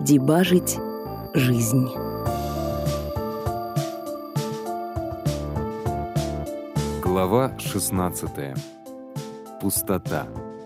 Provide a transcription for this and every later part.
Дебажить жизнь. Глава 16. Пустота.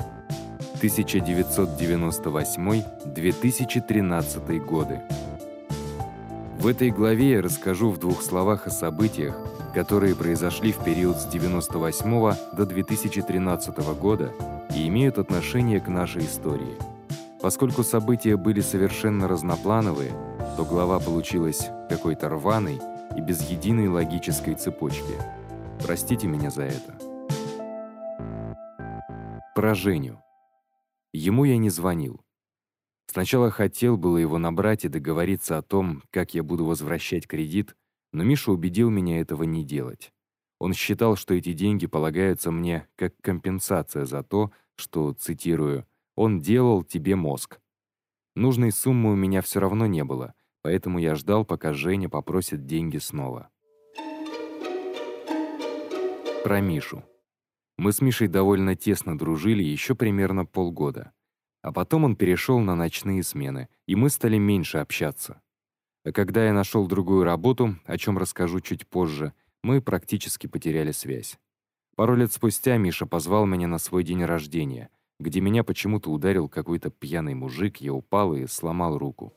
1998-2013 годы. В этой главе я расскажу в двух словах о событиях, которые произошли в период с 1998 до 2013 года и имеют отношение к нашей истории. Поскольку события были совершенно разноплановые, то глава получилась какой-то рваной и без единой логической цепочки. Простите меня за это. Про Женю. Ему я не звонил. Сначала хотел было его набрать и договориться о том, как я буду возвращать кредит, но Миша убедил меня этого не делать. Он считал, что эти деньги полагаются мне как компенсация за то, что, цитирую, «он делал тебе мозг». Нужной суммы у меня все равно не было, поэтому я ждал, пока Женя попросит деньги снова. Про Мишу. Мы с Мишей довольно тесно дружили еще примерно полгода. А потом он перешел на ночные смены, и мы стали меньше общаться. А когда я нашел другую работу, о чем расскажу чуть позже, мы практически потеряли связь. Пару лет спустя Миша позвал меня на свой день рождения, где меня почему-то ударил какой-то пьяный мужик, я упал и сломал руку.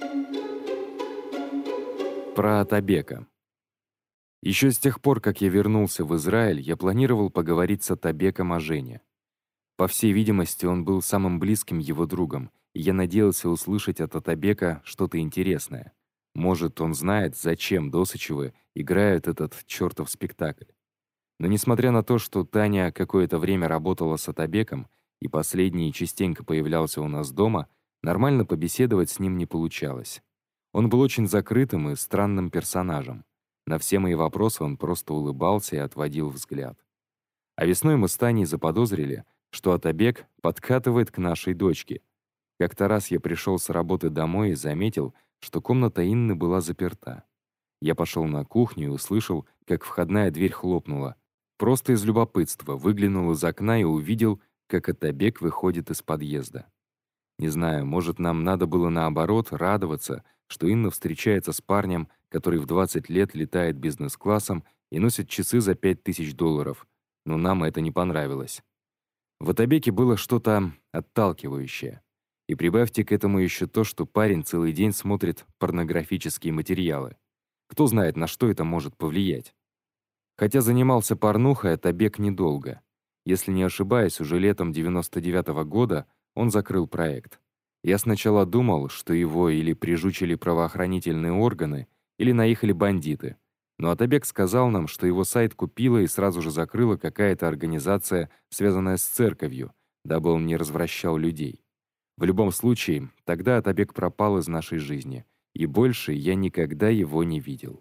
Про Атабека. Еще с тех пор, как я вернулся в Израиль, я планировал поговорить с Атабеком о Жене. По всей видимости, он был самым близким его другом, и я надеялся услышать от Атабека что-то интересное. Может, он знает, зачем Досычевы играют этот чертов спектакль. Но несмотря на то, что Таня какое-то время работала с Атабеком, и последний частенько появлялся у нас дома, нормально побеседовать с ним не получалось. Он был очень закрытым и странным персонажем. На все мои вопросы он просто улыбался и отводил взгляд. А весной мы с Таней заподозрили, что Атабек подкатывает к нашей дочке. Как-то раз я пришел с работы домой и заметил, что комната Инны была заперта. Я пошел на кухню и услышал, как входная дверь хлопнула. Просто из любопытства выглянул из окна и увидел, как Атабек выходит из подъезда. Не знаю, может, нам надо было наоборот радоваться, что Инна встречается с парнем, который в 20 лет летает бизнес-классом и носит часы за $5000, но нам это не понравилось. В Атабеке было что-то отталкивающее. И прибавьте к этому еще то, что парень целый день смотрит порнографические материалы. Кто знает, на что это может повлиять. Хотя занимался порнухой Атабек недолго. Если не ошибаюсь, уже летом 99-го года он закрыл проект. Я сначала думал, что его или прижучили правоохранительные органы, или наехали бандиты. Но Атабек сказал нам, что его сайт купила и сразу же закрыла какая-то организация, связанная с церковью, дабы он не развращал людей. В любом случае, тогда Атабек пропал из нашей жизни, и больше я никогда его не видел.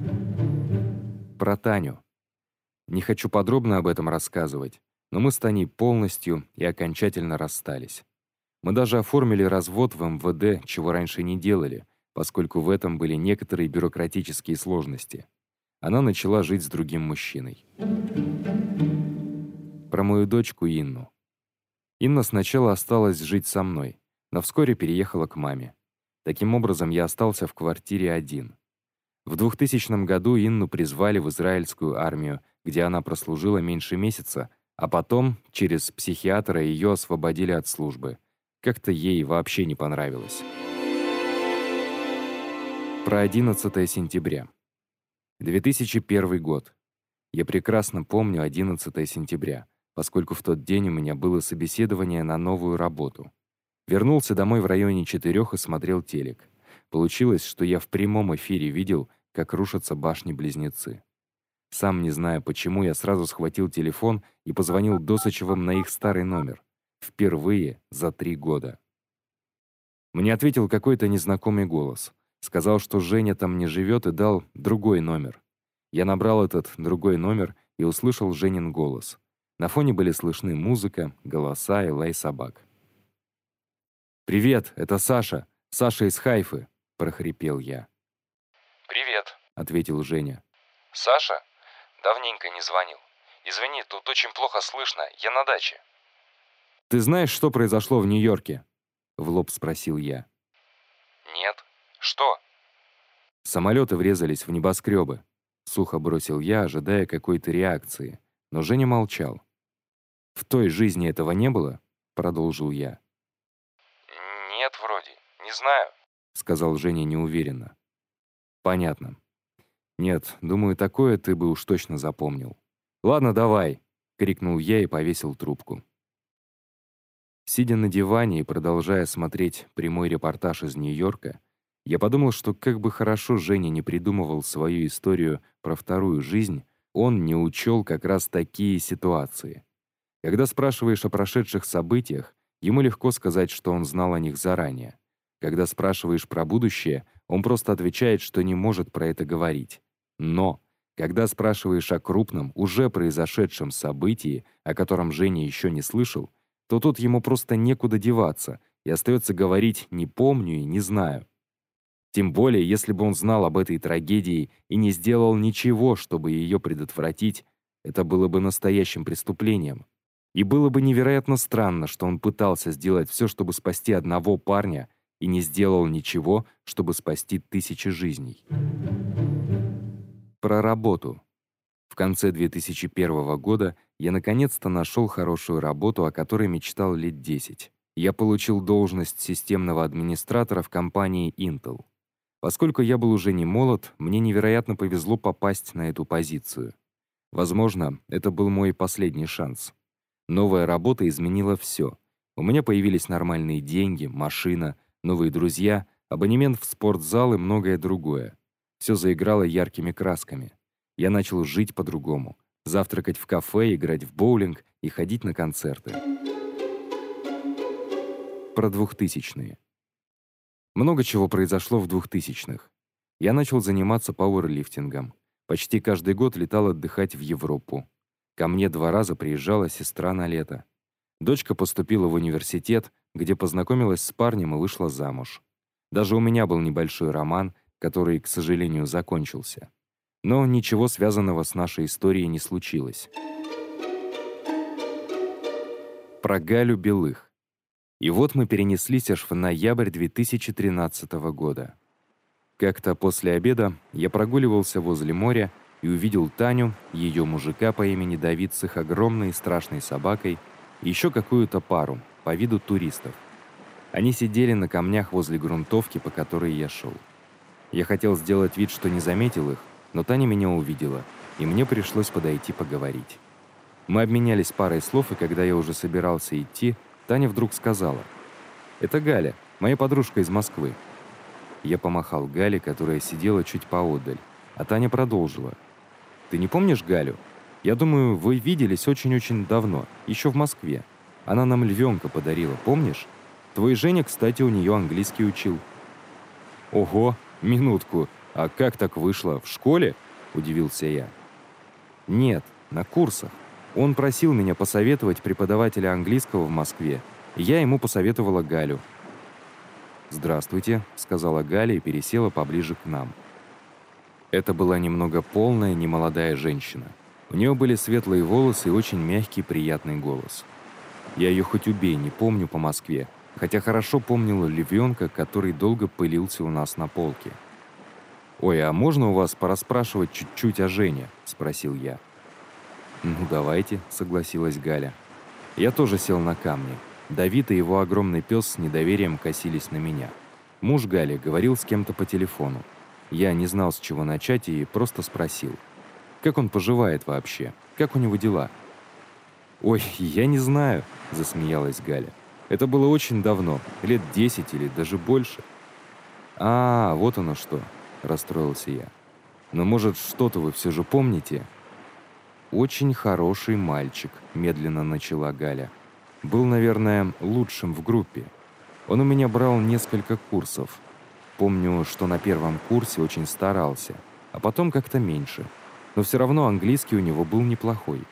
Про Таню. Не хочу подробно об этом рассказывать, но мы с Таней полностью и окончательно расстались. Мы даже оформили развод в МВД, чего раньше не делали, поскольку в этом были некоторые бюрократические сложности. Она начала жить с другим мужчиной. Про мою дочку Инну. Инна сначала осталась жить со мной, но вскоре переехала к маме. Таким образом, я остался в квартире один. В 2000 году Инну призвали в израильскую армию, где она прослужила меньше месяца, а потом, через психиатра, ее освободили от службы. Как-то ей вообще не понравилось. Про 11 сентября. 2001 год. Я прекрасно помню 11 сентября, поскольку в тот день у меня было собеседование на новую работу. Вернулся домой в районе 4 и смотрел телек. Получилось, что я в прямом эфире видел, как рушатся башни-близнецы. Сам не зная почему, я сразу схватил телефон и позвонил Досычевым на их старый номер. Впервые за 3 года. Мне ответил какой-то незнакомый голос. Сказал, что Женя там не живет, и дал другой номер. Я набрал этот другой номер и услышал Женин голос. На фоне были слышны музыка, голоса и лай собак. «Привет, это Саша. Саша из Хайфы», — прохрипел я. «Привет», — ответил Женя. «Саша? Давненько не звонил. Извини, тут очень плохо слышно, я на даче». «Ты знаешь, что произошло в Нью-Йорке?» — в лоб спросил я. Что? Самолеты врезались в небоскребы. Сухо бросил я, ожидая какой-то реакции. Но Женя молчал. «В той жизни этого не было?» — продолжил я. Нет, вроде. Не знаю. Сказал Женя неуверенно. «Понятно. Нет, думаю, такое ты бы уж точно запомнил. Ладно, давай!» — крикнул я и повесил трубку. Сидя на диване и продолжая смотреть прямой репортаж из Нью-Йорка, я подумал, что как бы хорошо Женя не придумывал свою историю про вторую жизнь, он не учел как раз такие ситуации. Когда спрашиваешь о прошедших событиях, ему легко сказать, что он знал о них заранее. Когда спрашиваешь про будущее, он просто отвечает, что не может про это говорить. Но когда спрашиваешь о крупном, уже произошедшем событии, о котором Женя еще не слышал, то тут ему просто некуда деваться, и остается говорить «не помню» и «не знаю». Тем более, если бы он знал об этой трагедии и не сделал ничего, чтобы ее предотвратить, это было бы настоящим преступлением. И было бы невероятно странно, что он пытался сделать все, чтобы спасти одного парня, и не сделал ничего, чтобы спасти тысячи жизней. Про работу. В конце 2001 года я наконец-то нашел хорошую работу, о которой мечтал лет 10. Я получил должность системного администратора в компании Intel. Поскольку я был уже не молод, мне невероятно повезло попасть на эту позицию. Возможно, это был мой последний шанс. Новая работа изменила все. У меня появились нормальные деньги, машина, новые друзья, абонемент в спортзал и многое другое. Все заиграло яркими красками. Я начал жить по-другому. Завтракать в кафе, играть в боулинг и ходить на концерты. Про 2000-е. Много чего произошло в 2000-х. Я начал заниматься пауэрлифтингом. Почти каждый год летал отдыхать в Европу. Ко мне 2 раза приезжала сестра на лето. Дочка поступила в университет, где познакомилась с парнем и вышла замуж. Даже у меня был небольшой роман, который, к сожалению, закончился. Но ничего связанного с нашей историей не случилось. Про Галю Белых. И вот мы перенеслись аж в ноябрь 2013 года. Как-то после обеда я прогуливался возле моря и увидел Таню, ее мужика по имени Давид с их огромной и страшной собакой, и еще какую-то пару, по виду туристов. Они сидели на камнях возле грунтовки, по которой я шел. Я хотел сделать вид, что не заметил их, но Таня меня увидела, и мне пришлось подойти поговорить. Мы обменялись парой слов, и когда я уже собирался идти, Таня вдруг сказала: «Это Галя, моя подружка из Москвы». Я помахал Гале, которая сидела чуть поодаль, а Таня продолжила: «Ты не помнишь Галю? Я думаю, вы виделись очень-очень давно, еще в Москве. Она нам львенка подарила, помнишь? Твой Женя, кстати, у нее английский учил». «Ого, минутку, а как так вышло? В школе?» – удивился я. «Нет, на курсах. Он просил меня посоветовать преподавателя английского в Москве, и я ему посоветовала Галю». «Здравствуйте», — сказала Галя и пересела поближе к нам. Это была немного полная, немолодая женщина. У нее были светлые волосы и очень мягкий, приятный голос. Я ее хоть убей, не помню по Москве, хотя хорошо помнила львенка, который долго пылился у нас на полке. «Ой, а можно у вас порасспрашивать чуть-чуть о Жене?» — спросил я. «Ну, давайте», — согласилась Галя. Я тоже сел на камни. Давид и его огромный пес с недоверием косились на меня. Муж Гали говорил с кем-то по телефону. Я не знал, с чего начать, и просто спросил: «Как он поживает вообще? Как у него дела?» «Ой, я не знаю», — засмеялась Галя. «Это было очень давно, лет 10 или даже больше». «А, вот оно что», — расстроился я. «Но, может, что-то вы все же помните?» «Очень хороший мальчик», — медленно начала Галя. «Был, наверное, лучшим в группе. Он у меня брал несколько курсов. Помню, что на первом курсе очень старался, а потом как-то меньше. Но все равно английский у него был неплохой».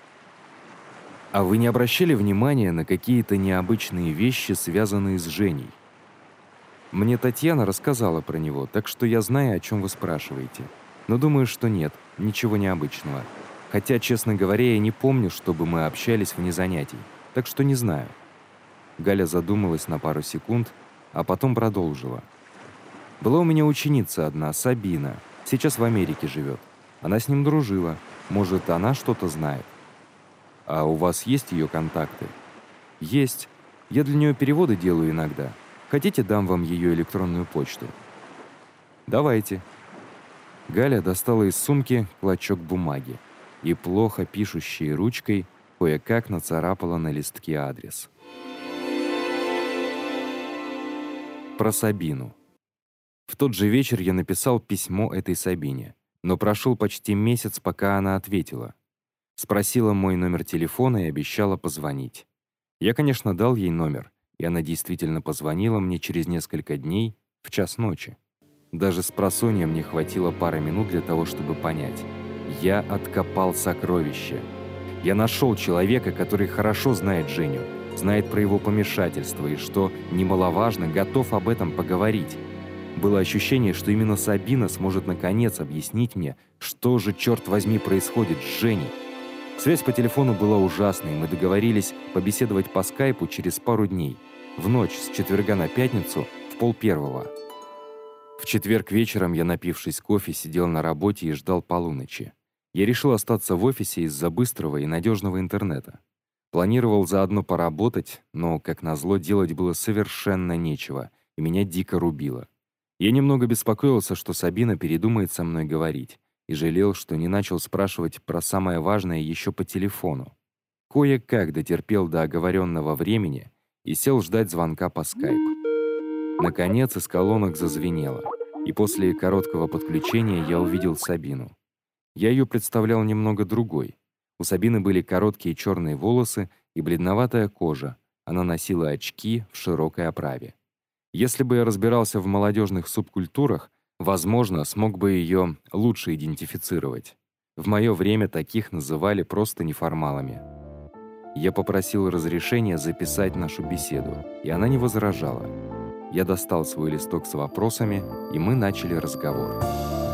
«А вы не обращали внимания на какие-то необычные вещи, связанные с Женей?» «Мне Татьяна рассказала про него, так что я знаю, о чем вы спрашиваете. Но думаю, что нет, ничего необычного. Хотя, честно говоря, я не помню, чтобы мы общались вне занятий, так что не знаю». Галя задумалась на пару секунд, а потом продолжила. Была у меня ученица одна, Сабина. Сейчас в Америке живет. Она с ним дружила. Может, она что-то знает. А у вас есть ее контакты? Есть. Я для нее переводы делаю иногда. Хотите, дам вам ее электронную почту? Давайте. Галя достала из сумки клочок бумаги и плохо пишущей ручкой кое-как нацарапала на листке адрес. Про Сабину. В тот же вечер я написал письмо этой Сабине, но прошел почти месяц, пока она ответила. Спросила мой номер телефона и обещала позвонить. Я, конечно, дал ей номер, и она действительно позвонила мне через несколько дней в 1:00 ночи. Даже спросонья мне хватило пары минут для того, чтобы понять. Я откопал сокровище. Я нашел человека, который хорошо знает Женю, знает про его помешательство и, что немаловажно, готов об этом поговорить. Было ощущение, что именно Сабина сможет наконец объяснить мне, что же, черт возьми, происходит с Женей. Связь по телефону была ужасной, мы договорились побеседовать по скайпу через пару дней, в ночь с четверга на пятницу в 12:30. В четверг вечером я, напившись кофе, сидел на работе и ждал полуночи. Я решил остаться в офисе из-за быстрого и надежного интернета. Планировал заодно поработать, но, как назло, делать было совершенно нечего, и меня дико рубило. Я немного беспокоился, что Сабина передумает со мной говорить, и жалел, что не начал спрашивать про самое важное еще по телефону. Кое-как дотерпел до оговоренного времени и сел ждать звонка по скайпу. Наконец из колонок зазвенело, и после короткого подключения я увидел Сабину. Я ее представлял немного другой. У Сабины были короткие черные волосы и бледноватая кожа. Она носила очки в широкой оправе. Если бы я разбирался в молодежных субкультурах, возможно, смог бы ее лучше идентифицировать. В мое время таких называли просто неформалами. Я попросил разрешения записать нашу беседу, и она не возражала. Я достал свой листок с вопросами, и мы начали разговор.